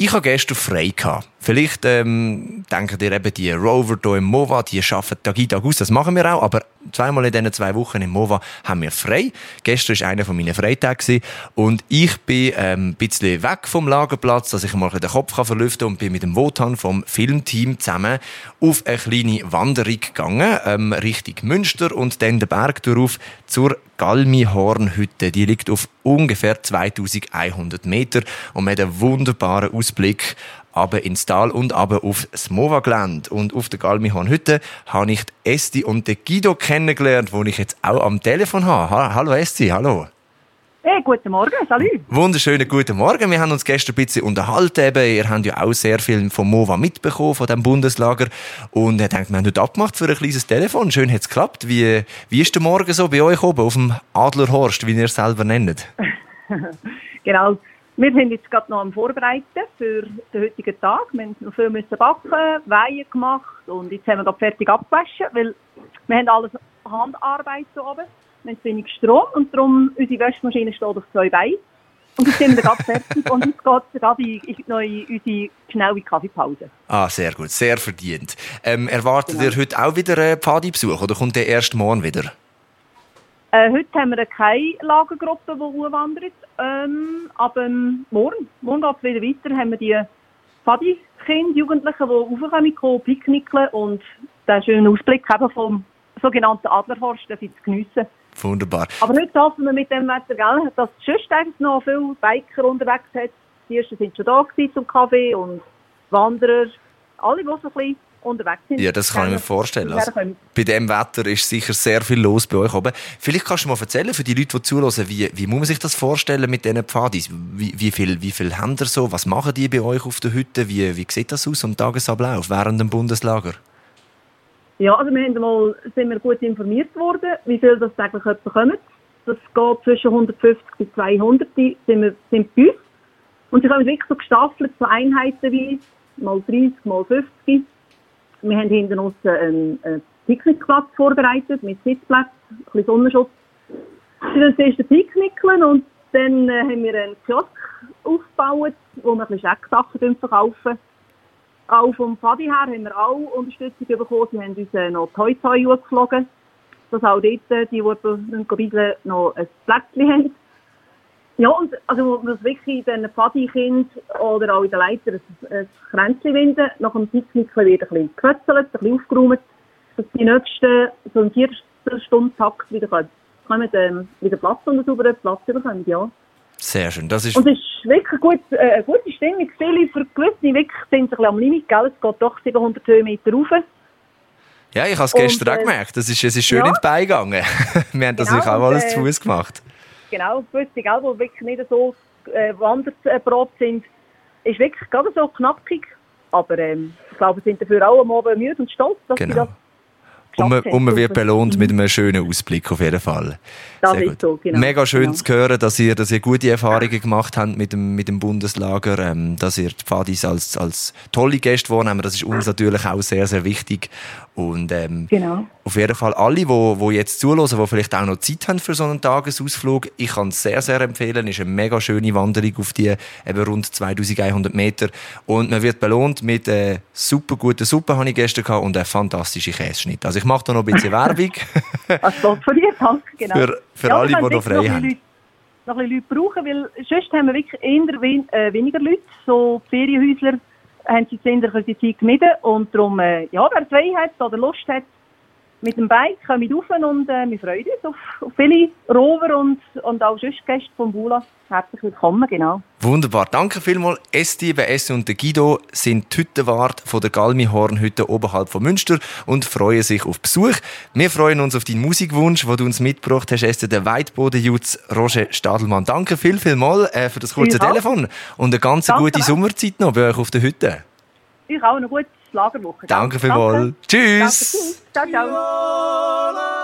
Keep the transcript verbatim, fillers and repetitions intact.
Ich habe gestern frei gehabt. Vielleicht ähm, denken ihr eben, die Rover hier im Mova, die arbeiten Tag ein, Tag aus, das machen wir auch, aber zweimal in diesen zwei Wochen im Mova haben wir frei. Gestern war einer von meinen Freitage und ich bin ähm, ein bisschen weg vom Lagerplatz, dass ich mal den Kopf verlüften kann und bin mit dem Wotan vom Filmteam zusammen auf eine kleine Wanderung gegangen, ähm, Richtung Münster und dann den Berg darauf zur Galmi-Hornhütte. Die liegt auf ungefähr zweitausendeinhundert Meter und man hat einen wunderbaren Ausblick runter ins Tal und runter auf das Mova-Gelände. Und auf der Galmi-Hornhütte habe ich die Esti und den Guido kennengelernt, die ich jetzt auch am Telefon habe. Ha- hallo Esti, hallo. Hey, guten Morgen, salut. Wunderschönen guten Morgen. Wir haben uns gestern ein bisschen unterhalten. Eben, ihr habt ja auch sehr viel vom Mova mitbekommen, von diesem Bundeslager. Und ich denke, wir haben heute abgemacht für ein kleines Telefon. Schön hat es geklappt. Wie, wie ist der Morgen so bei euch oben auf dem Adlerhorst, wie ihr es selber nennt? Genau. Wir sind jetzt gerade noch am Vorbereiten für den heutigen Tag. Wir mussten noch viel müssen backen, Weihen gemacht und jetzt haben wir gerade fertig abgewaschen, weil wir haben alles Handarbeit so oben. Wir haben zu wenig Strom und darum unsere Waschmaschine steht auf zwei Beinen. Und jetzt sind wir gerade fertig und jetzt geht es gerade in, in, in unsere schnelle Kaffeepause. Ah, sehr gut, sehr verdient. Ähm, erwartet Genau. ihr heute auch wieder einen Pfadi-Besuch oder kommt der erst morgen wieder? Äh, heute haben wir keine Lagergruppe, die wandert. Ähm, aber ähm, morgen, morgen geht es wieder weiter, haben wir die Pfadi-Kinder, Jugendlichen, die raufkommen, kommen, picknickeln und den schönen Ausblick eben vom sogenannten Adlerhorst zu geniessen. Wunderbar. Aber heute hoffen wir mit dem Wetter, gell, dass sonst eigentlich noch viele Biker unterwegs hat. Die ersten sind schon da gewesen zum Kaffee und Wanderer, alle, die so ein bisschen unterwegs sind. Ja, das kann ich mir vorstellen. Also, bei diesem Wetter ist sicher sehr viel los bei euch oben. Vielleicht kannst du mal erzählen, für die Leute, die zuhören, wie, wie muss man sich das vorstellen mit diesen Pfadis? Wie, wie viel, wie viel habt ihr so? Was machen die bei euch auf der Hütte? Wie, wie sieht das aus am Tagesablauf während dem Bundeslager? Ja, also wir haben mal, sind wir gut informiert worden, wie viel das täglich bekommen. Das geht zwischen hundertfünfzig bis zweihundert, die sind, wir, sind bei uns. Und sie kommen wirklich so gestaffelt, so einheitenweise, mal dreißig, mal fünfzig. Wir haben hinten uns einen, einen Picknickplatz vorbereitet, mit Sitzplätzen, ein bisschen Sonnenschutz. Sie dann zuerst picknickeln und dann äh, haben wir einen Kiosk aufgebaut, wo wir ein bisschen Schecksachen verkaufen. Auch vom Pfadi her haben wir auch Unterstützung bekommen. Sie haben uns äh, noch Toi Toi geflogen, dass auch dort äh, die, die ein bisschen noch ein Plätzchen haben. Ja, und also was wirklich den Pfadi-Kind oder auch in den Leitern ein, ein Kränzchen winden, nach dem Picknicken wird ein bisschen gekötzelt, ein bisschen aufgeräumt, dass die nächsten so einen Viertelstunde-Takt wieder kommen, kommen ähm, wieder Platz und einen sauberen Platz bekommen, ja. Sehr schön. Das ist und es ist wirklich gut, äh, eine gute Stimmung. Viele für gewisse wirklich sind ein bisschen am Limit, gell? Es geht doch siebenhundert Höhenmeter rauf. Ja, ich habe es gestern und, auch äh, gemerkt. Das ist, es ist schön ja. ins Bein gegangen. Wir haben das Genau, natürlich auch alles und, äh, zu Fuß gemacht. Genau, gewisse, gell, die wirklich nicht so äh, wanderprobt sind, ist wirklich gerade so knackig. Aber ähm, ich glaube, sie sind dafür auch am Abend müde und stolz, dass Genau. sie das Und man, geschafft und man haben. wird belohnt mit einem schönen Ausblick auf jeden Fall. Das Sehr ist gut. so, genau. Mega schön Genau. zu hören, dass ihr, dass ihr gute Erfahrungen gemacht habt mit dem, mit dem Bundeslager, ähm, dass ihr die Pfadis als, als tolle Gäste wahrnehmt. Das ist uns natürlich auch sehr, sehr wichtig. Und ähm, Genau. auf jeden Fall alle, die, die jetzt zuhören, die vielleicht auch noch Zeit haben für so einen Tagesausflug, ich kann es sehr, sehr empfehlen. Es ist eine mega schöne Wanderung auf die eben rund zweitausendeinhundert Meter. Und man wird belohnt mit äh, super guten Suppe, habe ich gestern gehabt, und einem fantastischen Käseschnitt. Also ich mache da noch ein bisschen Werbung. Also von dir, danke, genau. Für, für Ja, alle, die wir noch können frei wirklich haben. Leute, noch ein bisschen Leute brauchen, weil sonst haben wir wirklich eher wen, äh, weniger Leute. So Ferienhäusler haben sie jetzt eher für die Zeit gemieden. Und darum, äh, ja, wer frei hat oder Lust hat, mit dem Bike kommen wir rauf und äh, wir freuen uns auf, auf viele Rover und, und auch sonst Gäste vom Bula. Herzlich willkommen, genau. Wunderbar, danke vielmals. Esti, bei Esti und der Guido sind die Hüttenwart von der Galmi-Hornhütte oberhalb von Münster und freuen sich auf Besuch. Wir freuen uns auf deinen Musikwunsch, den du uns mitgebracht hast, Esti, der Weitboden-Jutz Roger Stadelmann. Danke viel, viel mal äh, für das kurze Vielen Dank. Telefon und eine ganz Danke gute auch. Sommerzeit noch bei euch auf der Hütte. Euch auch eine gute Lagerwoche. Danke vielmals. Danke. Tschüss. Danke. Tschüss. Ciao, ciao.